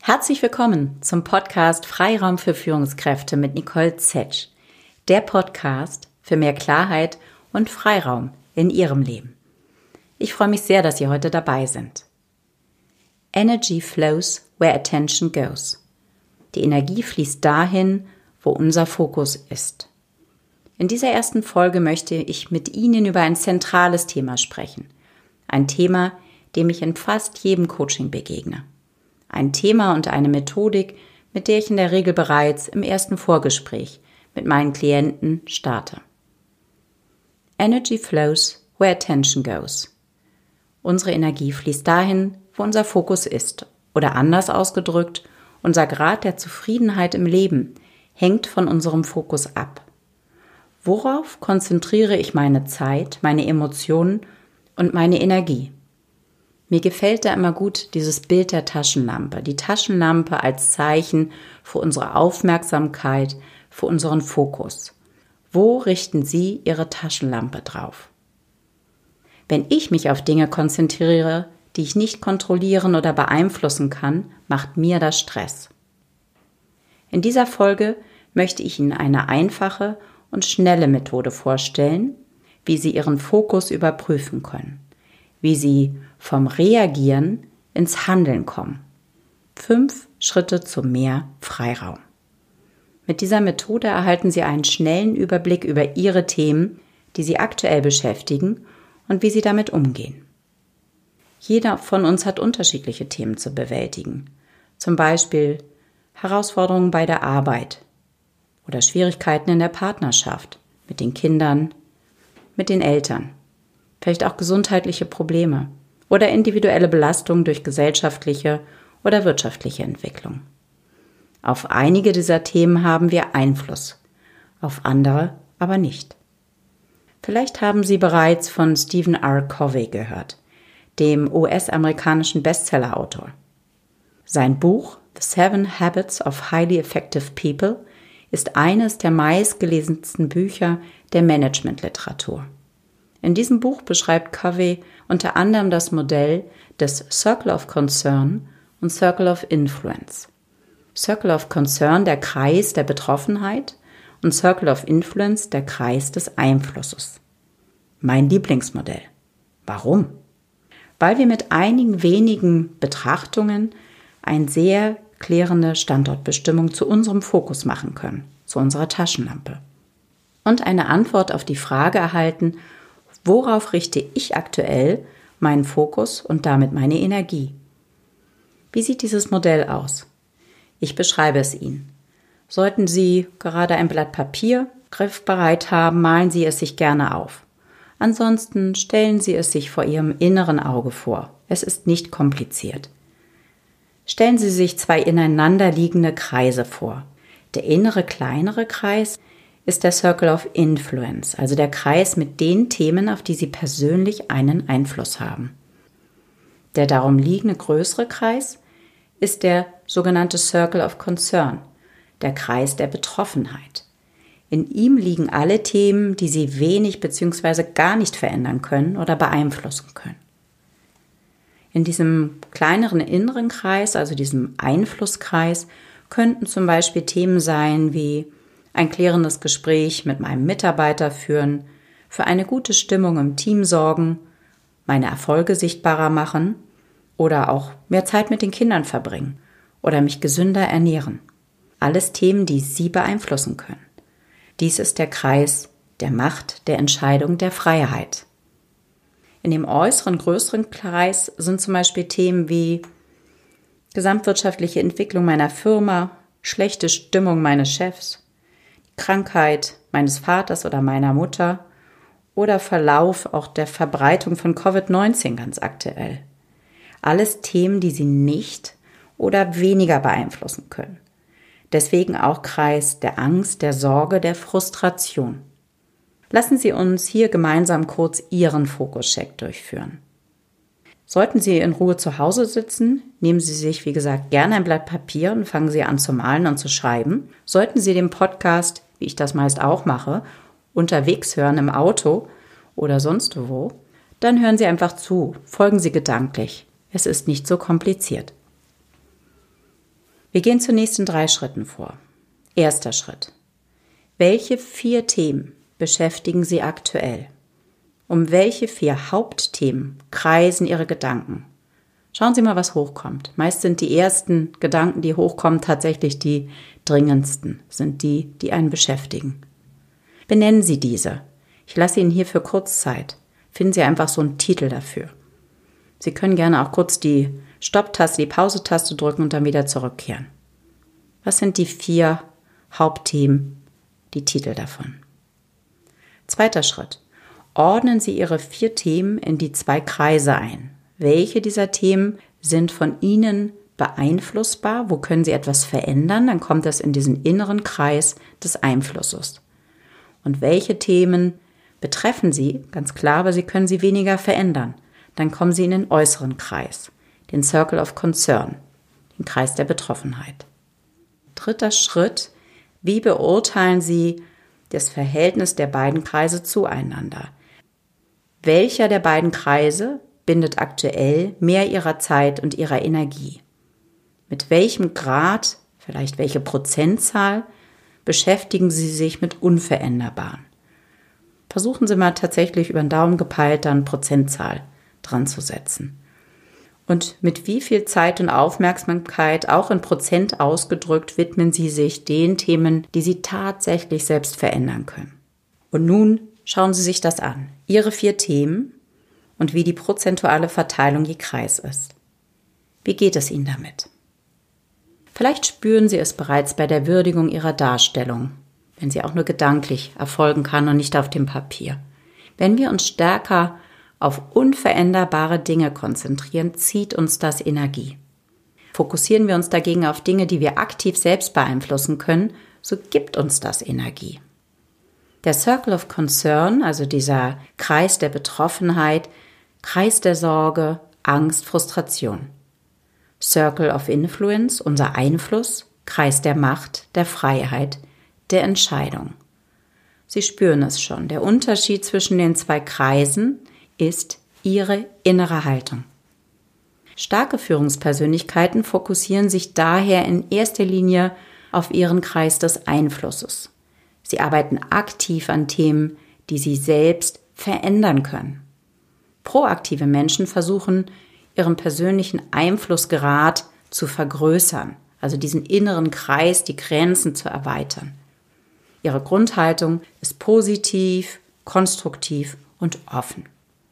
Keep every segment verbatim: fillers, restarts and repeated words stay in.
Herzlich willkommen zum Podcast Freiraum für Führungskräfte mit Nicole Zetsch, der Podcast für mehr Klarheit und Freiraum in Ihrem Leben. Ich freue mich sehr, dass Sie heute dabei sind. Energy flows where attention goes. Die Energie fließt dahin, wo unser Fokus ist. In dieser ersten Folge möchte ich mit Ihnen über ein zentrales Thema sprechen. Ein Thema, dem ich in fast jedem Coaching begegne. Ein Thema und eine Methodik, mit der ich in der Regel bereits im ersten Vorgespräch mit meinen Klienten starte. Energy flows where attention goes. Unsere Energie fließt dahin, wo unser Fokus ist. Oder anders ausgedrückt, unser Grad der Zufriedenheit im Leben hängt von unserem Fokus ab. Worauf konzentriere ich meine Zeit, meine Emotionen und meine Energie? Mir gefällt da immer gut dieses Bild der Taschenlampe. Die Taschenlampe als Zeichen für unsere Aufmerksamkeit, für unseren Fokus. Wo richten Sie Ihre Taschenlampe drauf? Wenn ich mich auf Dinge konzentriere, die ich nicht kontrollieren oder beeinflussen kann, macht mir das Stress. In dieser Folge möchte ich Ihnen eine einfache und schnelle Methode vorstellen, wie Sie Ihren Fokus überprüfen können. Wie Sie vom Reagieren ins Handeln kommen. Fünf Schritte zu mehr Freiraum. Mit dieser Methode erhalten Sie einen schnellen Überblick über Ihre Themen, die Sie aktuell beschäftigen und wie Sie damit umgehen. Jeder von uns hat unterschiedliche Themen zu bewältigen. Zum Beispiel Herausforderungen bei der Arbeit oder Schwierigkeiten in der Partnerschaft, mit den Kindern, mit den Eltern. Vielleicht auch gesundheitliche Probleme oder individuelle Belastungen durch gesellschaftliche oder wirtschaftliche Entwicklung. Auf einige dieser Themen haben wir Einfluss, auf andere aber nicht. Vielleicht haben Sie bereits von Stephen R. Covey gehört, dem U S-amerikanischen Bestsellerautor. Sein Buch The Seven Habits of Highly Effective People ist eines der meistgelesensten Bücher der Managementliteratur. In diesem Buch beschreibt Covey unter anderem das Modell des Circle of Concern und Circle of Influence. Circle of Concern, der Kreis der Betroffenheit, und Circle of Influence, der Kreis des Einflusses. Mein Lieblingsmodell. Warum? Weil wir mit einigen wenigen Betrachtungen eine sehr klärende Standortbestimmung zu unserem Fokus machen können, zu unserer Taschenlampe. Und eine Antwort auf die Frage erhalten, worauf richte ich aktuell meinen Fokus und damit meine Energie? Wie sieht dieses Modell aus? Ich beschreibe es Ihnen. Sollten Sie gerade ein Blatt Papier griffbereit haben, malen Sie es sich gerne auf. Ansonsten stellen Sie es sich vor Ihrem inneren Auge vor. Es ist nicht kompliziert. Stellen Sie sich zwei ineinander liegende Kreise vor. Der innere kleinere Kreis ist der Circle of Influence, also der Kreis mit den Themen, auf die Sie persönlich einen Einfluss haben. Der darum liegende größere Kreis ist der sogenannte Circle of Concern, der Kreis der Betroffenheit. In ihm liegen alle Themen, die Sie wenig bzw. gar nicht verändern können oder beeinflussen können. In diesem kleineren inneren Kreis, also diesem Einflusskreis, könnten zum Beispiel Themen sein wie ein klärendes Gespräch mit meinem Mitarbeiter führen, für eine gute Stimmung im Team sorgen, meine Erfolge sichtbarer machen oder auch mehr Zeit mit den Kindern verbringen oder mich gesünder ernähren. Alles Themen, die Sie beeinflussen können. Dies ist der Kreis der Macht, der Entscheidung, der Freiheit. In dem äußeren, größeren Kreis sind zum Beispiel Themen wie gesamtwirtschaftliche Entwicklung meiner Firma, schlechte Stimmung meines Chefs, Krankheit meines Vaters oder meiner Mutter oder Verlauf auch der Verbreitung von Covid neunzehn ganz aktuell. Alles Themen, die Sie nicht oder weniger beeinflussen können. Deswegen auch Kreis der Angst, der Sorge, der Frustration. Lassen Sie uns hier gemeinsam kurz Ihren Fokuscheck durchführen. Sollten Sie in Ruhe zu Hause sitzen, nehmen Sie sich, wie gesagt, gerne ein Blatt Papier und fangen Sie an zu malen und zu schreiben. Sollten Sie den Podcast, wie ich das meist auch mache, unterwegs hören im Auto oder sonst wo, dann hören Sie einfach zu, folgen Sie gedanklich. Es ist nicht so kompliziert. Wir gehen zunächst in drei Schritten vor. Erster Schritt. Welche vier Themen beschäftigen Sie aktuell? Um welche vier Hauptthemen kreisen Ihre Gedanken? Schauen Sie mal, was hochkommt. Meist sind die ersten Gedanken, die hochkommen, tatsächlich die dringendsten, sind die, die einen beschäftigen. Benennen Sie diese. Ich lasse Ihnen hierfür kurz Zeit. Finden Sie einfach so einen Titel dafür. Sie können gerne auch kurz die Stopptaste, die Pause-Taste drücken und dann wieder zurückkehren. Was sind die vier Hauptthemen, die Titel davon? Zweiter Schritt. Ordnen Sie Ihre vier Themen in die zwei Kreise ein. Welche dieser Themen sind von Ihnen beeinflussbar? Wo können Sie etwas verändern? Dann kommt das in diesen inneren Kreis des Einflusses. Und welche Themen betreffen Sie? Ganz klar, aber Sie können sie weniger verändern. Dann kommen Sie in den äußeren Kreis, den Circle of Concern, den Kreis der Betroffenheit. Dritter Schritt. Wie beurteilen Sie das Verhältnis der beiden Kreise zueinander? Welcher der beiden Kreise bindet aktuell mehr Ihrer Zeit und Ihrer Energie? Mit welchem Grad, vielleicht welche Prozentzahl, beschäftigen Sie sich mit Unveränderbaren? Versuchen Sie mal tatsächlich über den Daumen gepeilt, da eine Prozentzahl dran zu setzen. Und mit wie viel Zeit und Aufmerksamkeit, auch in Prozent ausgedrückt, widmen Sie sich den Themen, die Sie tatsächlich selbst verändern können? Und nun schauen Sie sich das an. Ihre vier Themen und wie die prozentuale Verteilung je Kreis ist. Wie geht es Ihnen damit? Vielleicht spüren Sie es bereits bei der Würdigung Ihrer Darstellung, wenn sie auch nur gedanklich erfolgen kann und nicht auf dem Papier. Wenn wir uns stärker auf unveränderbare Dinge konzentrieren, zieht uns das Energie. Fokussieren wir uns dagegen auf Dinge, die wir aktiv selbst beeinflussen können, so gibt uns das Energie. Der Circle of Concern, also dieser Kreis der Betroffenheit, Kreis der Sorge, Angst, Frustration. Circle of Influence, unser Einfluss, Kreis der Macht, der Freiheit, der Entscheidung. Sie spüren es schon, der Unterschied zwischen den zwei Kreisen ist Ihre innere Haltung. Starke Führungspersönlichkeiten fokussieren sich daher in erster Linie auf ihren Kreis des Einflusses. Sie arbeiten aktiv an Themen, die sie selbst verändern können. Proaktive Menschen versuchen, ihren persönlichen Einflussgrad zu vergrößern, also diesen inneren Kreis, die Grenzen zu erweitern. Ihre Grundhaltung ist positiv, konstruktiv und offen.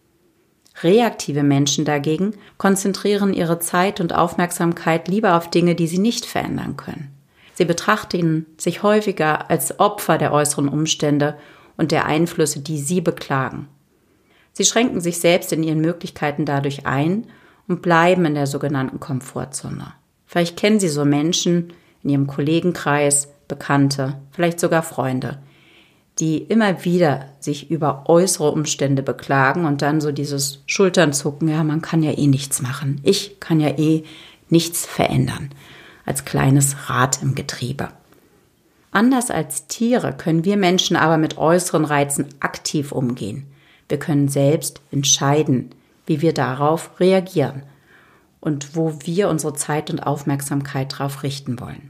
Reaktive Menschen dagegen konzentrieren ihre Zeit und Aufmerksamkeit lieber auf Dinge, die sie nicht verändern können. Sie betrachten sich häufiger als Opfer der äußeren Umstände und der Einflüsse, die sie beklagen. Sie schränken sich selbst in ihren Möglichkeiten dadurch ein und bleiben in der sogenannten Komfortzone. Vielleicht kennen Sie so Menschen in Ihrem Kollegenkreis, Bekannte, vielleicht sogar Freunde, die immer wieder sich über äußere Umstände beklagen und dann so dieses Schulternzucken, ja, man kann ja eh nichts machen, ich kann ja eh nichts verändern, als kleines Rad im Getriebe. Anders als Tiere können wir Menschen aber mit äußeren Reizen aktiv umgehen. Wir können selbst entscheiden, wie wir darauf reagieren und wo wir unsere Zeit und Aufmerksamkeit darauf richten wollen.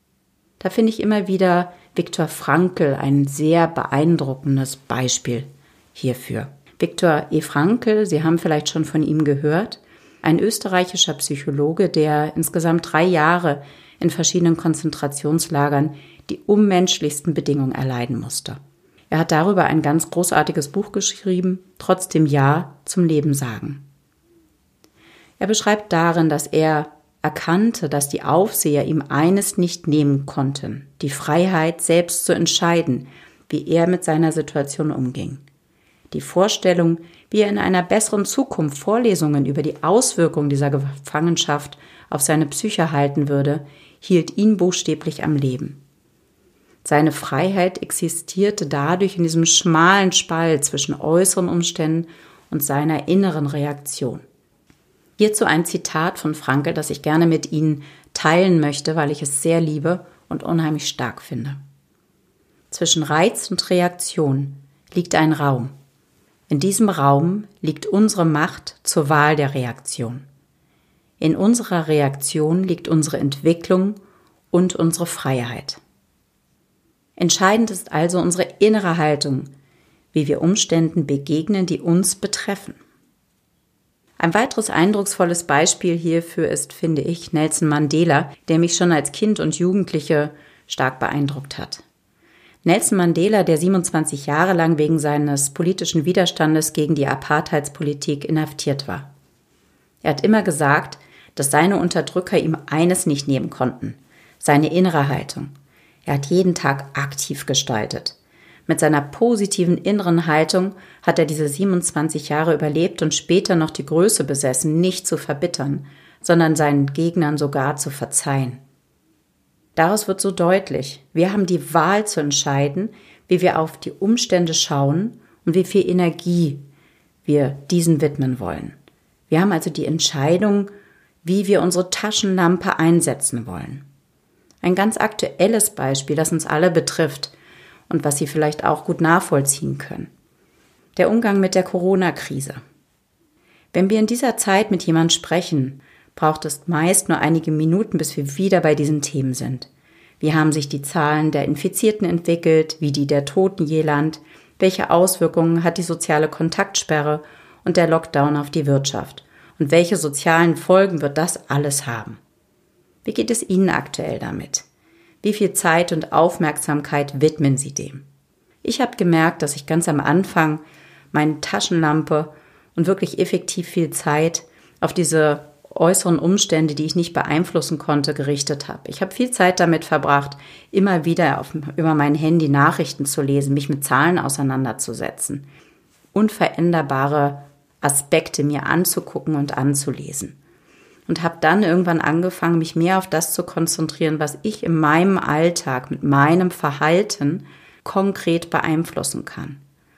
Da finde ich immer wieder Viktor Frankl ein sehr beeindruckendes Beispiel hierfür. Viktor E. Frankl, Sie haben vielleicht schon von ihm gehört, ein österreichischer Psychologe, der insgesamt drei Jahre in verschiedenen Konzentrationslagern die unmenschlichsten Bedingungen erleiden musste. Er hat darüber ein ganz großartiges Buch geschrieben, Trotzdem Ja zum Leben sagen. Er beschreibt darin, dass er erkannte, dass die Aufseher ihm eines nicht nehmen konnten, die Freiheit, selbst zu entscheiden, wie er mit seiner Situation umging. Die Vorstellung, wie er in einer besseren Zukunft Vorlesungen über die Auswirkungen dieser Gefangenschaft auf seine Psyche halten würde, hielt ihn buchstäblich am Leben. Seine Freiheit existierte dadurch in diesem schmalen Spalt zwischen äußeren Umständen und seiner inneren Reaktion. Hierzu ein Zitat von Frankl, das ich gerne mit Ihnen teilen möchte, weil ich es sehr liebe und unheimlich stark finde. Zwischen Reiz und Reaktion liegt ein Raum. In diesem Raum liegt unsere Macht zur Wahl der Reaktion. In unserer Reaktion liegt unsere Entwicklung und unsere Freiheit. Entscheidend ist also unsere innere Haltung, wie wir Umständen begegnen, die uns betreffen. Ein weiteres eindrucksvolles Beispiel hierfür ist, finde ich, Nelson Mandela, der mich schon als Kind und Jugendliche stark beeindruckt hat. Nelson Mandela, der siebenundzwanzig Jahre lang wegen seines politischen Widerstandes gegen die Apartheidspolitik inhaftiert war. Er hat immer gesagt, dass seine Unterdrücker ihm eines nicht nehmen konnten: seine innere Haltung. Er hat jeden Tag aktiv gestaltet. Mit seiner positiven inneren Haltung hat er diese siebenundzwanzig Jahre überlebt und später noch die Größe besessen, nicht zu verbittern, sondern seinen Gegnern sogar zu verzeihen. Daraus wird so deutlich, wir haben die Wahl zu entscheiden, wie wir auf die Umstände schauen und wie viel Energie wir diesen widmen wollen. Wir haben also die Entscheidung, wie wir unsere Taschenlampe einsetzen wollen. Ein ganz aktuelles Beispiel, das uns alle betrifft und was Sie vielleicht auch gut nachvollziehen können. Der Umgang mit der Corona-Krise. Wenn wir in dieser Zeit mit jemandem sprechen, braucht es meist nur einige Minuten, bis wir wieder bei diesen Themen sind. Wie haben sich die Zahlen der Infizierten entwickelt, wie die der Toten je Land, welche Auswirkungen hat die soziale Kontaktsperre und der Lockdown auf die Wirtschaft und welche sozialen Folgen wird das alles haben? Wie geht es Ihnen aktuell damit? Wie viel Zeit und Aufmerksamkeit widmen Sie dem? Ich habe gemerkt, dass ich ganz am Anfang meine Taschenlampe und wirklich effektiv viel Zeit auf diese äußeren Umstände, die ich nicht beeinflussen konnte, gerichtet habe. Ich habe viel Zeit damit verbracht, immer wieder auf, über mein Handy Nachrichten zu lesen, mich mit Zahlen auseinanderzusetzen, unveränderbare Aspekte mir anzugucken und anzulesen. Und habe dann irgendwann angefangen, mich mehr auf das zu konzentrieren, was ich in meinem Alltag mit meinem Verhalten konkret beeinflussen kann.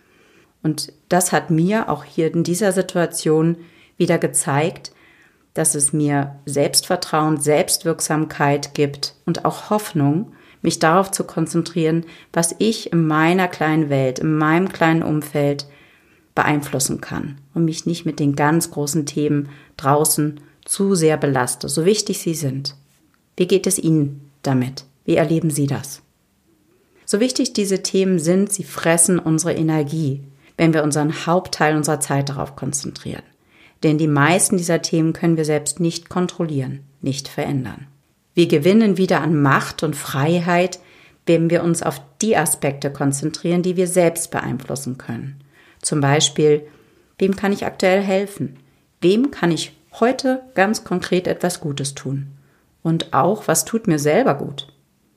Und das hat mir auch hier in dieser Situation wieder gezeigt, dass es mir Selbstvertrauen, Selbstwirksamkeit gibt und auch Hoffnung, mich darauf zu konzentrieren, was ich in meiner kleinen Welt, in meinem kleinen Umfeld beeinflussen kann und mich nicht mit den ganz großen Themen draußen zu sehr belaste, so wichtig sie sind. Wie geht es Ihnen damit? Wie erleben Sie das? So wichtig diese Themen sind, sie fressen unsere Energie, wenn wir unseren Hauptteil unserer Zeit darauf konzentrieren. Denn die meisten dieser Themen können wir selbst nicht kontrollieren, nicht verändern. Wir gewinnen wieder an Macht und Freiheit, wenn wir uns auf die Aspekte konzentrieren, die wir selbst beeinflussen können. Zum Beispiel, wem kann ich aktuell helfen? Wem kann ich heute ganz konkret etwas Gutes tun? Und auch, was tut mir selber gut?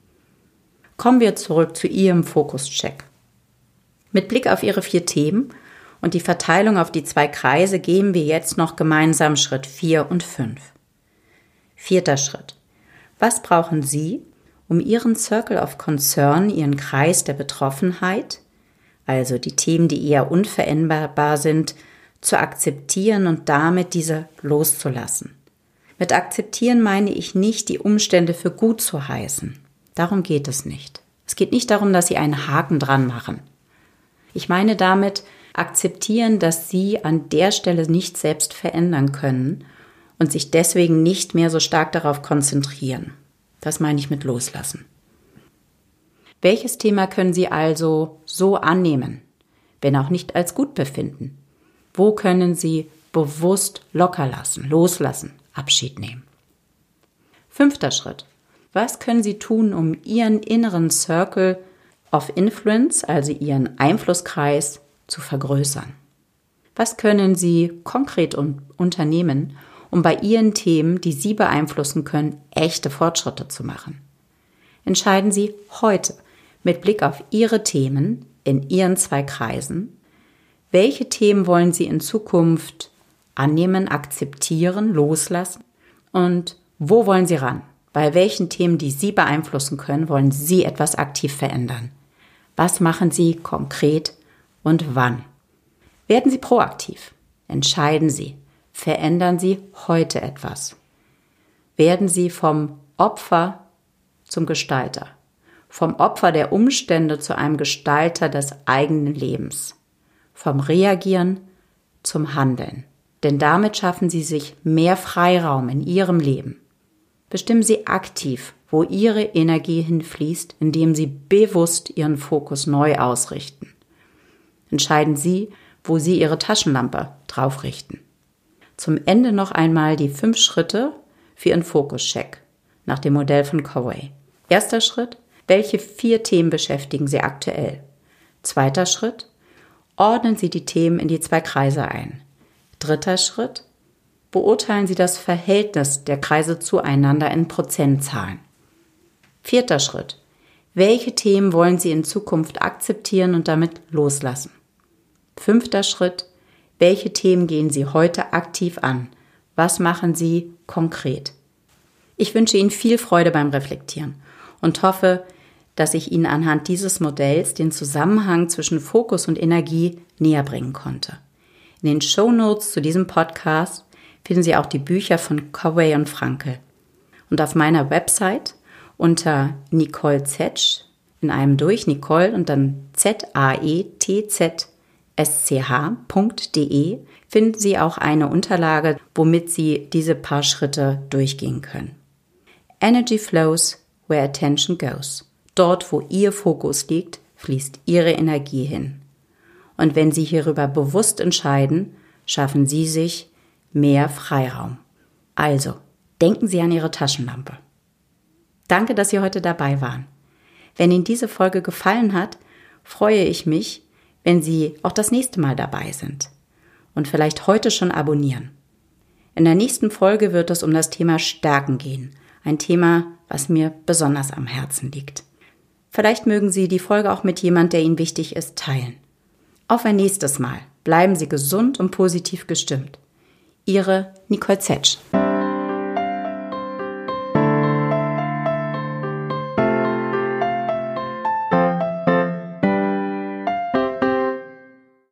Kommen wir zurück zu Ihrem Fokuscheck. Mit Blick auf Ihre vier Themen und die Verteilung auf die zwei Kreise gehen wir jetzt noch gemeinsam Schritt vier und fünf. Vierter Schritt. Was brauchen Sie, um Ihren Circle of Concern, Ihren Kreis der Betroffenheit, also die Themen, die eher unveränderbar sind, zu akzeptieren und damit diese loszulassen? Mit akzeptieren meine ich nicht, die Umstände für gut zu heißen. Darum geht es nicht. Es geht nicht darum, dass Sie einen Haken dran machen. Ich meine damit, akzeptieren, dass Sie an der Stelle nicht selbst verändern können und sich deswegen nicht mehr so stark darauf konzentrieren. Das meine ich mit loslassen. Welches Thema können Sie also so annehmen, wenn auch nicht als gut befinden? Wo können Sie bewusst locker lassen, loslassen, Abschied nehmen? Fünfter Schritt. Was können Sie tun, um Ihren inneren Circle of Influence, also Ihren Einflusskreis, zu vergrößern? Was können Sie konkret un- unternehmen, um bei Ihren Themen, die Sie beeinflussen können, echte Fortschritte zu machen? Entscheiden Sie heute mit Blick auf Ihre Themen in Ihren zwei Kreisen, welche Themen wollen Sie in Zukunft annehmen, akzeptieren, loslassen und wo wollen Sie ran? Bei welchen Themen, die Sie beeinflussen können, wollen Sie etwas aktiv verändern? Was machen Sie konkret und wann? Werden Sie proaktiv? Entscheiden Sie. Verändern Sie heute etwas. Werden Sie vom Opfer zum Gestalter. Vom Opfer der Umstände zu einem Gestalter des eigenen Lebens. Vom Reagieren zum Handeln. Denn damit schaffen Sie sich mehr Freiraum in Ihrem Leben. Bestimmen Sie aktiv, wo Ihre Energie hinfließt, indem Sie bewusst Ihren Fokus neu ausrichten. Entscheiden Sie, wo Sie Ihre Taschenlampe drauf richten. Zum Ende noch einmal die fünf Schritte für Ihren Fokuscheck nach dem Modell von Covey. Erster Schritt: Welche vier Themen beschäftigen Sie aktuell? Zweiter Schritt: Ordnen Sie die Themen in die zwei Kreise ein. Dritter Schritt: Beurteilen Sie das Verhältnis der Kreise zueinander in Prozentzahlen. Vierter Schritt: Welche Themen wollen Sie in Zukunft akzeptieren und damit loslassen? Fünfter Schritt: Welche Themen gehen Sie heute aktiv an? Was machen Sie konkret? Ich wünsche Ihnen viel Freude beim Reflektieren und hoffe, dass ich Ihnen anhand dieses Modells den Zusammenhang zwischen Fokus und Energie näher bringen konnte. In den Shownotes zu diesem Podcast finden Sie auch die Bücher von Covey und Frankl. Und auf meiner Website unter Nicole Zetsch, in einem durch, Nicole und dann Z A E T Z S C H punkt de, finden Sie auch eine Unterlage, womit Sie diese paar Schritte durchgehen können. Energy flows where attention goes. Dort, wo Ihr Fokus liegt, fließt Ihre Energie hin. Und wenn Sie hierüber bewusst entscheiden, schaffen Sie sich mehr Freiraum. Also, denken Sie an Ihre Taschenlampe. Danke, dass Sie heute dabei waren. Wenn Ihnen diese Folge gefallen hat, freue ich mich, wenn Sie auch das nächste Mal dabei sind und vielleicht heute schon abonnieren. In der nächsten Folge wird es um das Thema Stärken gehen, ein Thema, was mir besonders am Herzen liegt. Vielleicht mögen Sie die Folge auch mit jemand, der Ihnen wichtig ist, teilen. Auf ein nächstes Mal. Bleiben Sie gesund und positiv gestimmt. Ihre Nicole Zetsch.